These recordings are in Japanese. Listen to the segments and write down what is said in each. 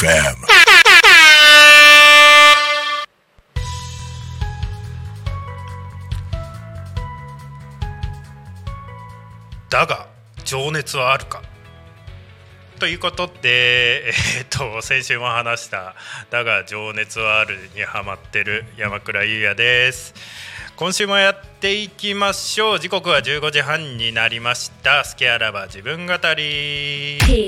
FM。 だが情熱はあるかということで、先週も話しただが情熱はあるにハマってる山倉優也です。今週もやっていきましょう。時刻は15時半になりました。スケアラバー自分語り、はい、と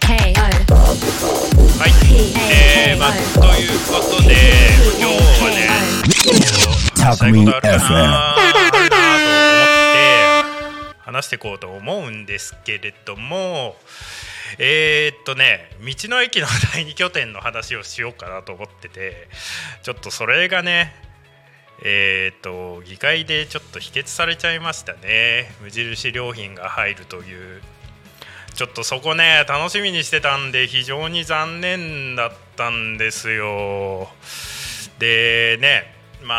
いうことで今日はね話したいことあるかなと思って話していこうと思うんですけれども、道の駅の第二拠点の話をしようかなと思ってて、ちょっとそれがね議会でちょっと否決されちゃいましたね。無印良品が入るという、ちょっとそこね楽しみにしてたんで非常に残念だったんですよ。でね、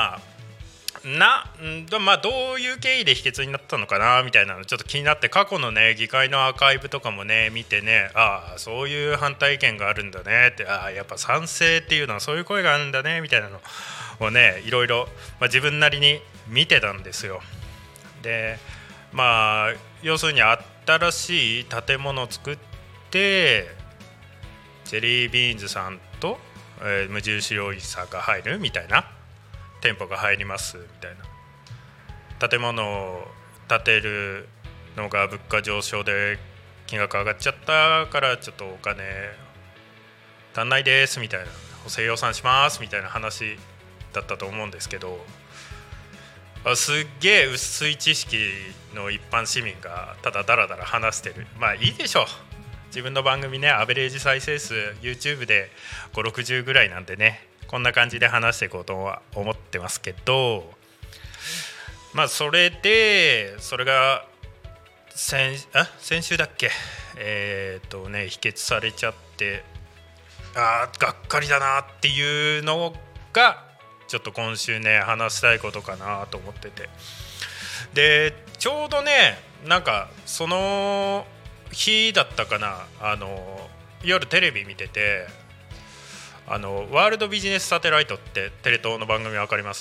どういう経緯で否決になったのかなみたいなのちょっと気になって、過去のね議会のアーカイブとかもね見てね、そういう反対意見があるんだねって、やっぱ賛成っていうのはそういう声があるんだねみたいなのをねいろいろ、自分なりに見てたんですよ。で要するに新しい建物を作ってジェリービーンズさんと、無印良品さんが入るみたいな、店舗が入りますみたいな、建物を建てるのが物価上昇で金額上がっちゃったからちょっとお金足んないですみたいな、補正予算しますみたいな話だったと思うんですけど、すっげえ薄い知識の一般市民がただダラダラ話してる。いいでしょう、自分の番組ねアベレージ再生数 YouTube で5、60ぐらいなんでね、こんな感じで話していこうとは思ってますけど、それが先週だっけ、否決されちゃって、がっかりだなっていうのがちょっと今週ね話したいことかなと思ってて、でちょうどねその日だったかな、夜テレビ見てて、ワールドビジネスサテライトってテレ東の番組分かります？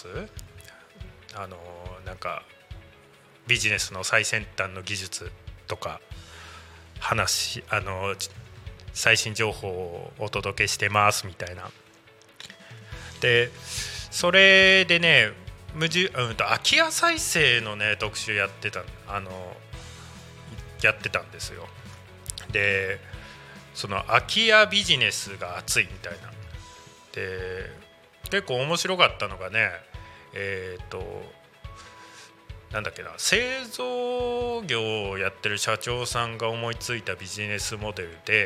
ビジネスの最先端の技術とか話、最新情報をお届けしてますみたいな。でそれでね空き家再生のね特集やってたんですよ。でその空き家ビジネスが熱いみたいなで、結構面白かったのがね、製造業をやってる社長さんが思いついたビジネスモデルで、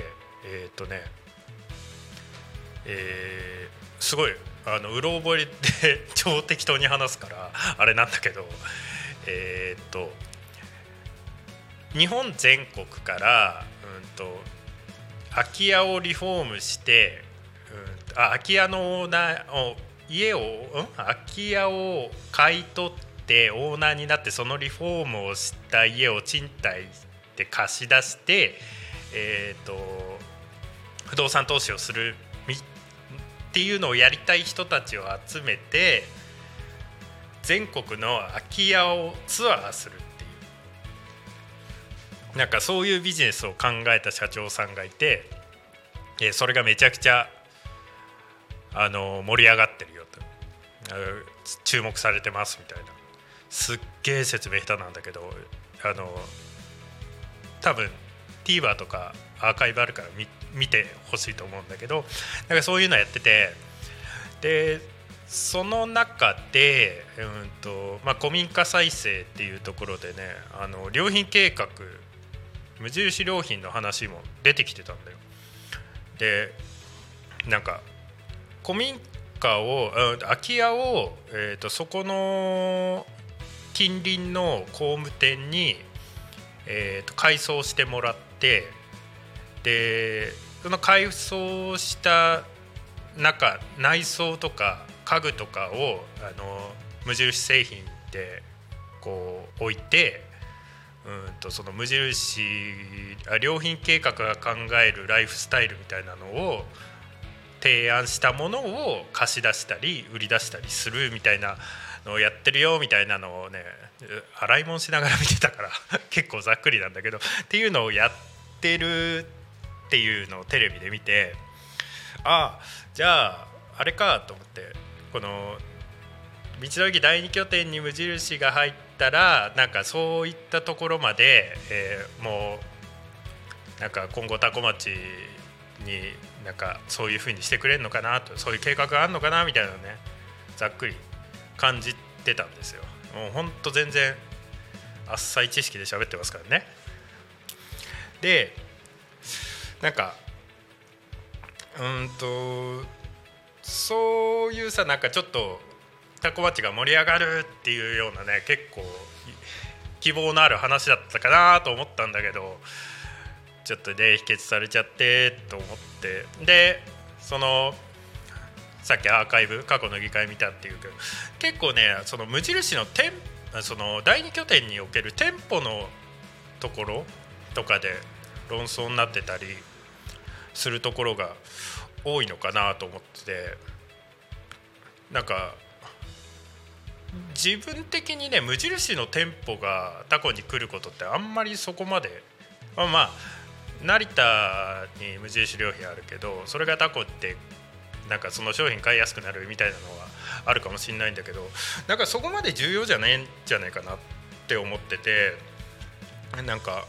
すごいうろ覚えで超適当に話すからあれなんだけど、日本全国から空き家をリフォームして、空き家のオーナーを空き家を買い取ってオーナーになって、そのリフォームをした家を賃貸で貸し出して、不動産投資をするっていうのをやりたい人たちを集めて全国の空き家をツアーするっていう、そういうビジネスを考えた社長さんがいて、それがめちゃくちゃ盛り上がってるよと、注目されてますみたいな。すっげえ説明下手なんだけど、多分 TVer とかアーカイブあるから見てほしいと思うんだけど、そういうのやってて、でその中で、古民家再生っていうところでね、良品計画、無印良品の話も出てきてたんだよ。で古民家を空き家を、そこの近隣の工務店に、改装してもらって、でその改装した内装とか家具とかを無印製品でこう置いて、その無印良品計画が考えるライフスタイルみたいなのを提案したものを貸し出したり売り出したりするみたいなのをやってるよみたいなのをね、洗い物しながら見てたから結構ざっくりなんだけどっていうのをやってるっていうのをテレビで見て、じゃああれかと思って、この道の駅第2拠点に無印が入ったらなんかそういったところまで、もうなんか今後多古町になんかそういう風にしてくれるのかなと、そういう計画があるのかなみたいなのね、ざっくり感じてたんですよ。もうほんと全然浅い知識で喋ってますからね。でなんかそういうさ、なんかちょっと多古町が盛り上がるっていうようなね、結構希望のある話だったかなと思ったんだけど、ちょっとね否決されちゃってと思って、でそのさっきアーカイブ過去の議会見たっていうけど、結構ねその無印のその第2拠点における店舗のところとかで論争になってたりするところが多いのかなと思ってて、なんか自分的にね無印の店舗がタコに来ることってあんまりそこまで、まあ成田に無印良品あるけど、それがタコってなんかその商品買いやすくなるみたいなのはあるかもしれないんだけど、なんかそこまで重要じゃないんじゃないかなって思ってて、なんか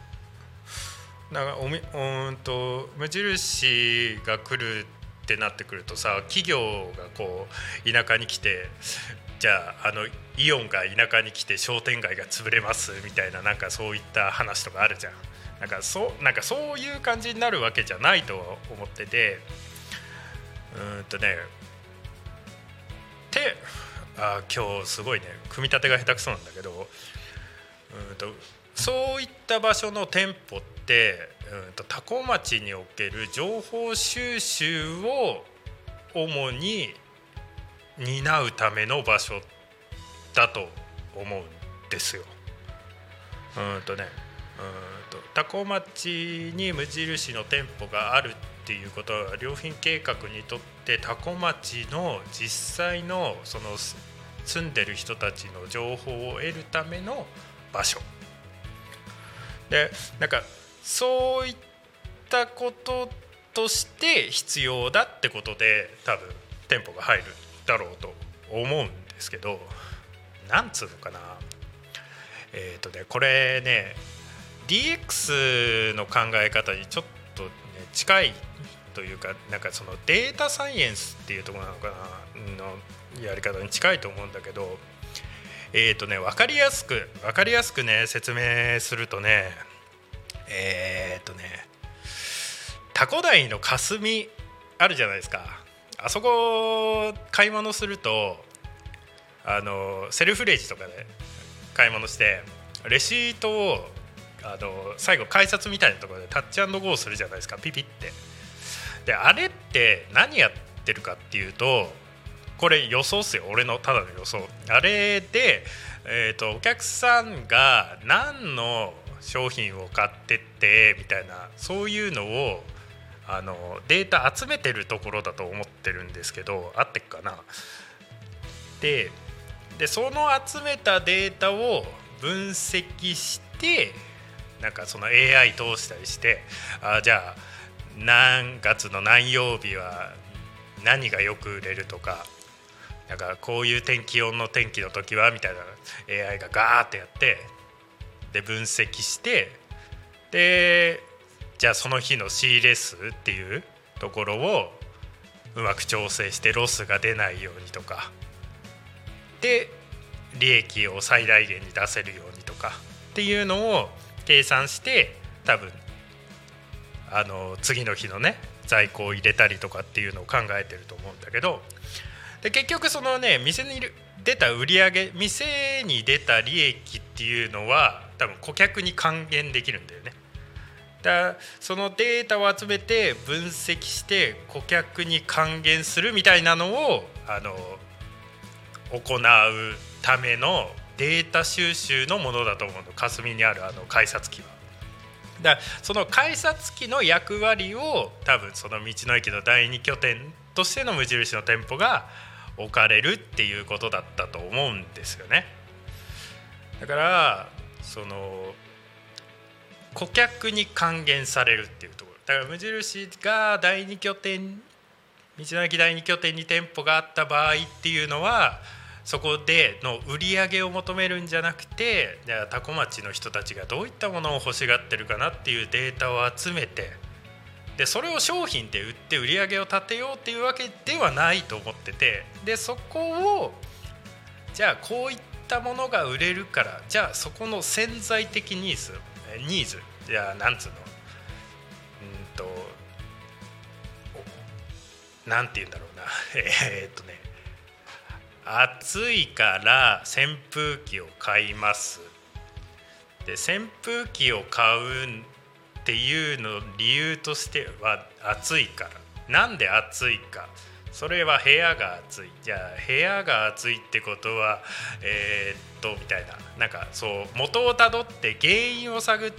無印が来るってなってくるとさ、企業がこう田舎に来て、じゃあイオンが田舎に来て商店街が潰れますみたいな、なんかそういった話とかあるじゃん。なんかそういう感じになるわけじゃないと思ってて、今日すごいね組み立てが下手くそなんだけど、そういった場所の店舗って多古町における情報収集を主に担うための場所だと思うんですよ。多古町に無印の店舗があるっていうことは、良品計画にとって多古町の実際のその住んでる人たちの情報を得るための場所で、なんかそういったこととして必要だってことで多分店舗が入るだろうと思うんですけど、なんつうのかな、これね DX の考え方にちょっと、ね、近いというか、なんかそのデータサイエンスっていうところなのかなのやり方に近いと思うんだけど、分かりやすくね説明するとね、タコ台の霞あるじゃないですか。あそこ買い物するとセルフレジとかで買い物してレシートを最後改札みたいなところでタッチ&ゴーするじゃないですか、ピピって。であれって何やってるかっていうと、これ予想っすよ、俺のただの予想。あれで、お客さんが何の商品を買ってってみたいな、そういうのをデータ集めてるところだと思ってるんですけど、合ってっかな。でその集めたデータを分析して、なんかその AI 通したりして、じゃあ何月の何曜日は何がよく売れるとか、なんかこういう天気の時はみたいな AI がガーってやって、で分析して、でじゃあその日の仕入れ数っていうところをうまく調整してロスが出ないようにとかで、利益を最大限に出せるようにとかっていうのを計算して、多分次の日のね在庫を入れたりとかっていうのを考えてると思うんだけど、で結局そのね店に出た売上、店に出た利益っていうのは多分顧客に還元できるんだよね。だそのデータを集めて分析して顧客に還元するみたいなのを行うためのデータ収集のものだと思うの、霞にある改札機は。 だからその改札機の役割を多分その道の駅の第二拠点としての無印の店舗が置かれるっていうことだったと思うんですよね。だからその顧客に還元されるっていうところだから、無印が第二拠点、道の駅第二拠点に店舗があった場合っていうのは、そこでの売り上げを求めるんじゃなくて、じゃあ多古町の人たちがどういったものを欲しがってるかなっていうデータを集めて、でそれを商品で売って売り上げを立てようっていうわけではないと思ってて、でそこをじゃあこういったものが売れるから、じゃあそこの潜在的ニーズじゃあなんつうのなんて言うんだろうな暑いから扇風機を買います。で扇風機を買うっていうの理由としては暑いから。なんで暑いか、それは部屋が暑い。じゃあ部屋が暑いってことはみたいな、なんかそう元をたどって原因を探って、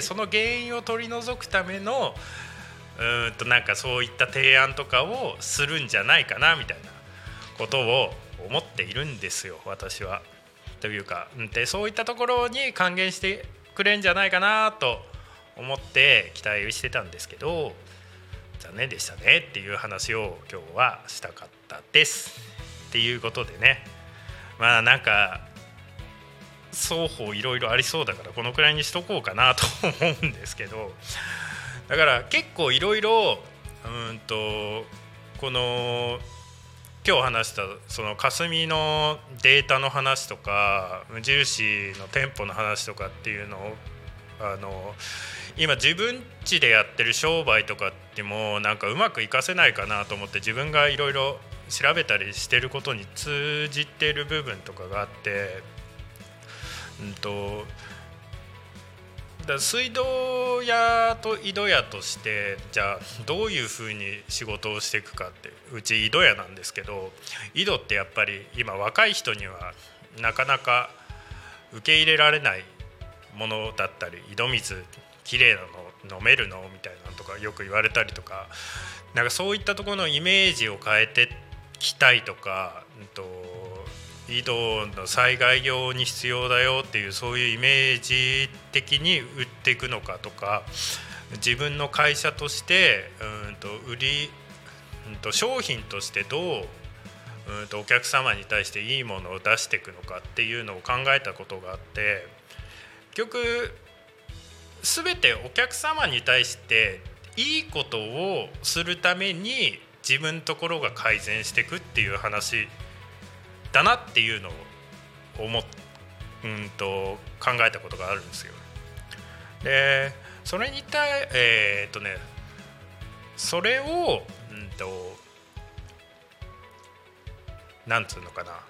その原因を取り除くためのなんかそういった提案とかをするんじゃないかなみたいなことを思っているんですよ、私は。というかで、そういったところに還元してくれるんじゃないかなと思って期待してたんですけど、残念でしたねっていう話を今日はしたかったですっていうことでね、まあなんか双方いろいろありそうだからこのくらいにしとこうかなと思うんですけど、だから結構いろいろこの今日話したその霞のデータの話とか無印の店舗の話とかっていうのを今自分家でやってる商売とかってもなんかうまくいかせないかなと思って自分がいろいろ調べたりしてることに通じてる部分とかがあって、だ水道屋と井戸屋としてじゃあどういうふうに仕事をしていくかって、うち井戸屋なんですけど、井戸ってやっぱり今若い人にはなかなか受け入れられないものだったり、井戸水きれいなの飲めるのみたいなのとかよく言われたりとか、なんかそういったところのイメージを変えていきたいとか、井戸の災害用に必要だよっていうそういうイメージ的に売っていくのかとか、自分の会社として商品としてどうお客様に対していいものを出していくのかっていうのを考えたことがあって、結局全てお客様に対していいことをするために自分のところが改善していくっていう話だなっていうのを考えたことがあるんですよ。でそれにそれをなんつうのかな、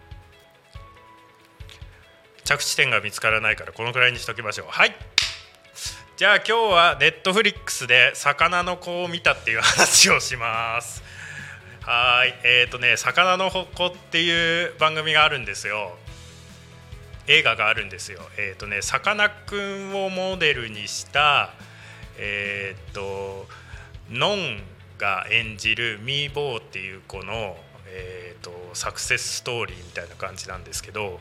着地点が見つからないからこのくらいにしときましょう。はい、じゃあ今日はネットフリックスで魚の子を見たっていう話をします。はい、魚の子っていう番組があるんですよ。映画があるんですよ。さかなクンをモデルにしたノンが演じるミーボーっていう子のサクセスストーリーみたいな感じなんですけど、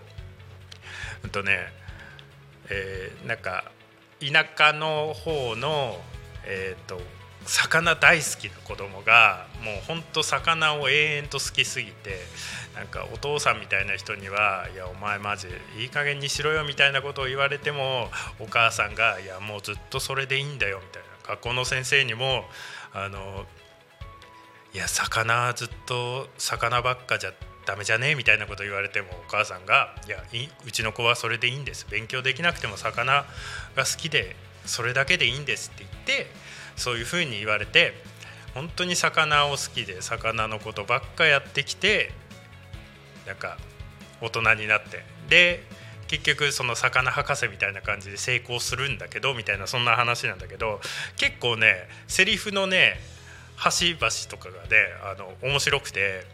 なんか田舎の方の魚大好きな子供がもう本当魚を永遠と好きすぎて、なんかお父さんみたいな人にはいやお前マジいい加減にしろよみたいなことを言われても、お母さんがいやもうずっとそれでいいんだよみたいな、学校の先生にもいや魚ずっと魚ばっかじゃダメじゃねえみたいなこと言われても、お母さんがいやうちの子はそれでいいんです、勉強できなくても魚が好きでそれだけでいいんですって言って、そういうふうに言われて本当に魚を好きで魚のことばっかやってきて、なんか大人になってで結局その魚博士みたいな感じで成功するんだけどみたいな、そんな話なんだけど、結構ねセリフのね端々とかがね面白くて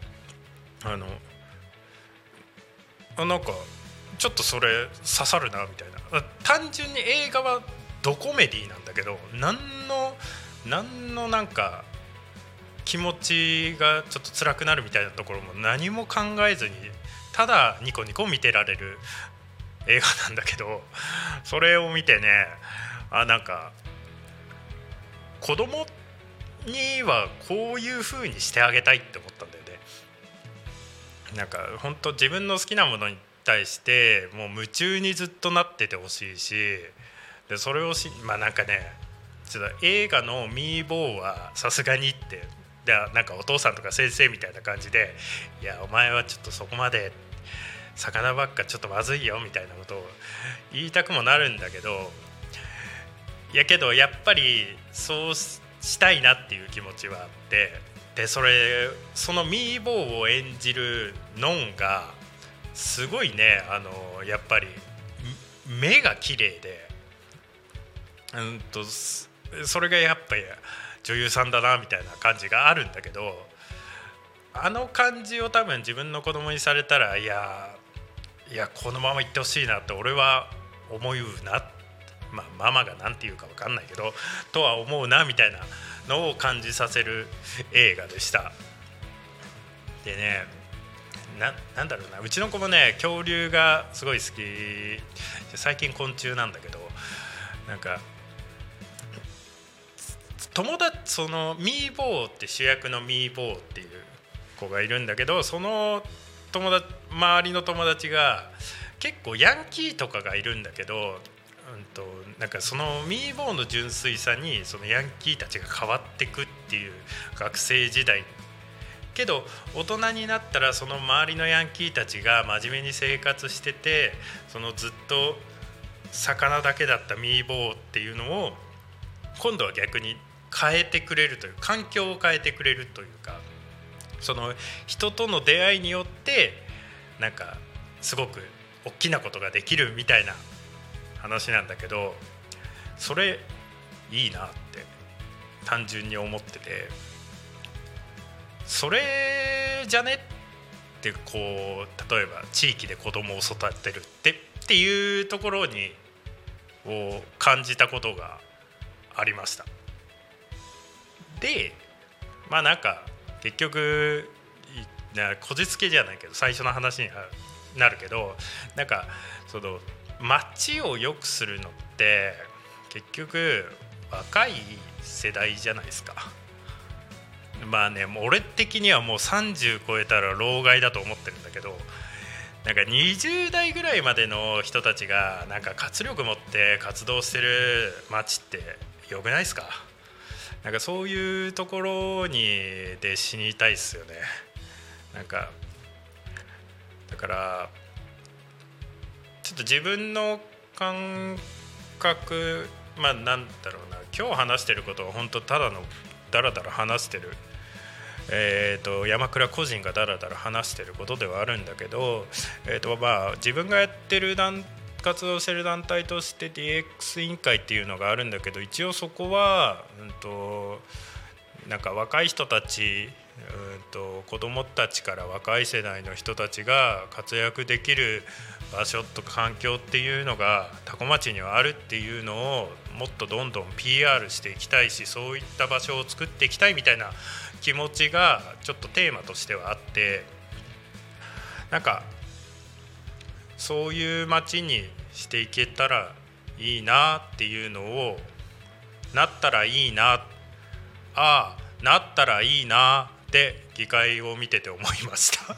なんかちょっとそれ刺さるなみたいな。単純に映画はドコメディなんだけど、何のなんか気持ちがちょっと辛くなるみたいなところも何も考えずにただニコニコ見てられる映画なんだけど、それを見てね、なんか子供にはこういう風にしてあげたいって思ったんだよね。なんか本当自分の好きなものに対してもう夢中にずっとなっててほしいし、でそれをなんかね、ちょっと映画のミーボーはさすがにって、でなんかお父さんとか先生みたいな感じで、いやお前はちょっとそこまで魚ばっかちょっとまずいよみたいなことを言いたくもなるんだけど、やけどやっぱりそうしたいなっていう気持ちはあって、でそのミーボーを演じるノンがすごいね、やっぱり目が綺麗で、それがやっぱり女優さんだなみたいな感じがあるんだけど、あの感じを多分自分の子供にされたら、いやこのまま行ってほしいなって俺は思うな、ママがなんて言うか分かんないけどとは思うなみたいなのを感じさせる映画でした。でね、なんだろうな、うちの子もね恐竜がすごい好き、最近昆虫なんだけど、なんか友達、そのミーボーって主役のミーボーっていう子がいるんだけど、その周りの友達が結構ヤンキーとかがいるんだけど、なんかそのミーボーの純粋さにそのヤンキーたちが変わってくっていう学生時代けど、大人になったらその周りのヤンキーたちが真面目に生活してて、そのずっと魚だけだったミーボーっていうのを今度は逆に変えてくれるという、環境を変えてくれるというか、その人との出会いによってなんかすごく大きなことができるみたいな話なんだけど、それいいなって単純に思ってて、それじゃねってこう、例えば地域で子供を育てるっていうところにを感じたことがありました。でなんか結局こじつけじゃないけど最初の話になるけど、なんかその街を良くするのって結局若い世代じゃないですか。もう俺的にはもう30超えたら老害だと思ってるんだけど、なんか20代ぐらいまでの人たちがなんか活力持って活動してる街って良くないですか？なんかそういうところで死にたいっすよね。なんかだからちょっと自分の感覚、なんだろうな、今日話してることは本当ただのダラダラ話してる、山倉個人がダラダラ話してることではあるんだけど、自分がやってる活動してる団体として DX 委員会っていうのがあるんだけど、一応そこは、なんか若い人たち、子どもたちから若い世代の人たちが活躍できる場所とか環境っていうのが多古町にはあるっていうのをもっとどんどん PR していきたいし、そういった場所を作っていきたいみたいな気持ちがちょっとテーマとしてはあって、なんかそういう街にしていけたらいいなっていうのを、なったらいいな、なったらいいなって議会を見てて思いました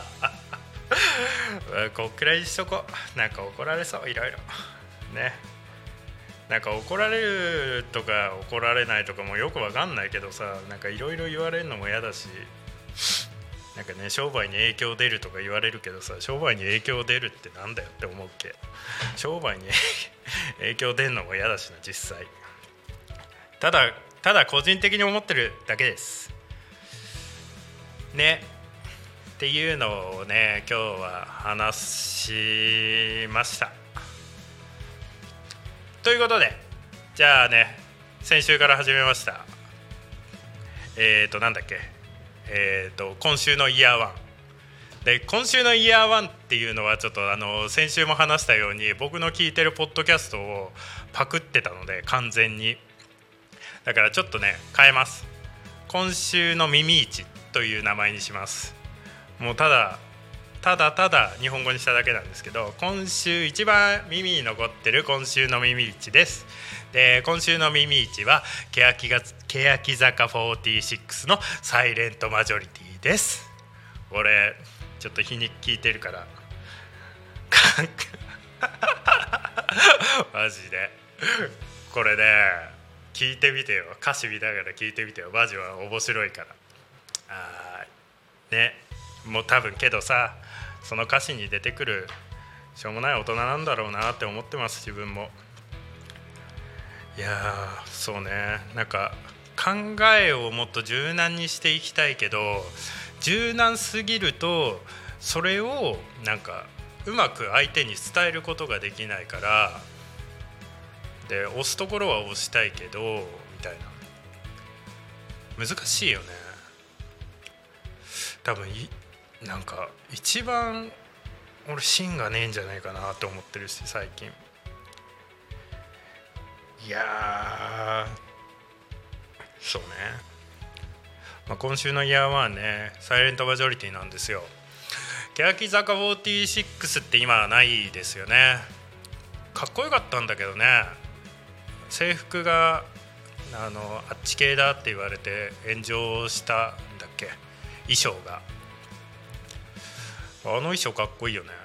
こっくらいにしとこう。なんか怒られそう、いろいろね。なんか怒られるとか怒られないとかもよくわかんないけどさ、なんかいろいろ言われるのも嫌だし、なんかね、商売に影響出るとか言われるけどさ、商売に影響出るってなんだよって思うっけ。商売に影響出るのも嫌だしな、実際。ただ個人的に思ってるだけですね。っていうのをね、今日は話しました。ということで、じゃあね、先週から始めましたなんだっけ、今週のイヤー1 で今週のイヤーワンっていうのはちょっと先週も話したように僕の聞いてるポッドキャストをパクってたので完全にだからちょっとね変えます。今週の耳市という名前にします。もうただ日本語にしただけなんですけど、今週一番耳に残ってる今週の耳市です。で今週の耳市は欅坂46のサイレントマジョリティです。俺ちょっと日に聞いてるからマジでこれね聞いてみてよ、歌詞見ながら聞いてみてよ、マジは面白いからね。もう多分けどさ、その歌詞に出てくるしょうもない大人なんだろうなって思ってます、自分も。いやそうね、なんか考えをもっと柔軟にしていきたいけど、柔軟すぎるとそれをなんかうまく相手に伝えることができないから、で押すところは押したいけどみたいな、難しいよね。多分なんか一番俺芯がねえんじゃないかなと思ってるし最近。いやそうね、今週のイヤーワンねサイレントマジョリティなんですよ。欅坂46って今はないですよね。かっこよかったんだけどね、制服があっち系だって言われて炎上したんだっけ、衣装が。衣装かっこいいよね。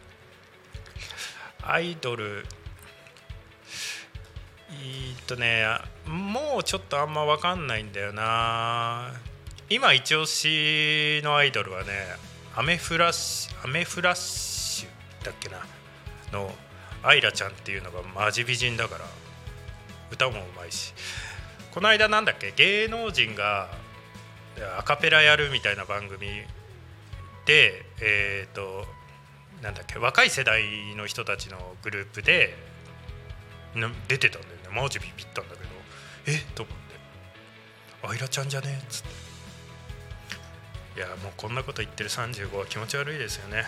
アイドルもうちょっとあんま分かんないんだよな。今一押しのアイドルはね、アメフラッシュだっけなのアイラちゃんっていうのがマジ美人だから、歌もうまいし。この間なんだっけ、芸能人がアカペラやるみたいな番組でなんだっけ、若い世代の人たちのグループで出てたんだよね。マジビビったんだけど、と思って、アイラちゃんじゃねっつって。いやもうこんなこと言ってる35は気持ち悪いですよね。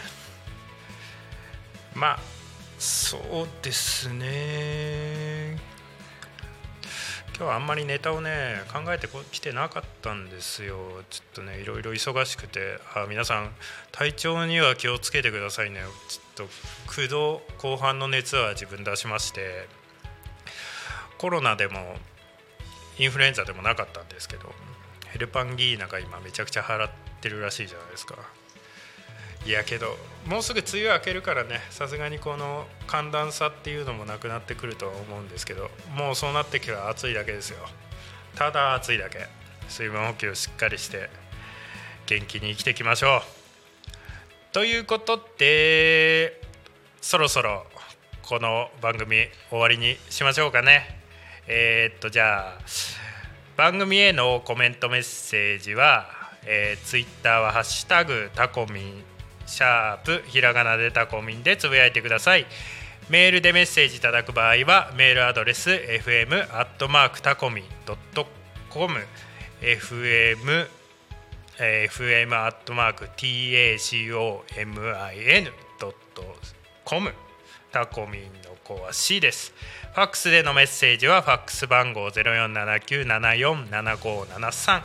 そうですね、今日はあんまりネタをね考えてきてなかったんですよ。ちょっとねいろいろ忙しくて、皆さん体調には気をつけてくださいね。ちょっと9度後半の熱は自分出しまして、コロナでもインフルエンザでもなかったんですけど、ヘルパンギーナが今めちゃくちゃ払ってるらしいじゃないですか。いやけどもうすぐ梅雨明けるからね、さすがにこの寒暖差っていうのもなくなってくるとは思うんですけど、もうそうなってきたら暑いだけですよ。ただ暑いだけ。水分補給しっかりして元気に生きていきましょうということで、そろそろこの番組終わりにしましょうかね。じゃあ番組へのコメントメッセージは、ツイッターはハッシュタグタコミンシャープひらがなでタコミンでつぶやいてください。メールでメッセージいただく場合はメールアドレス fm@tacomin.com fm@tacomin.com タコミンの子は C です。ファックスでのメッセージはファックス番号 0479747573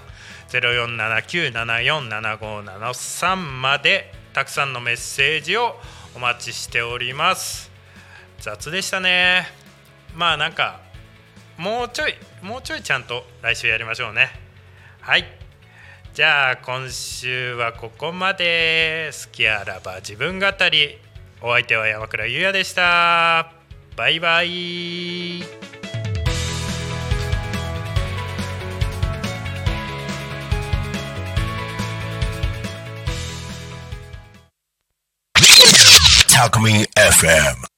0479747573 までたくさんのメッセージをお待ちしております。雑でしたね。なんかもうちょいちゃんと来週やりましょうね。はい、じゃあ今週はここまで。好きあらば自分語り、お相手は山倉優也でした。バイバイ。 タコミン FM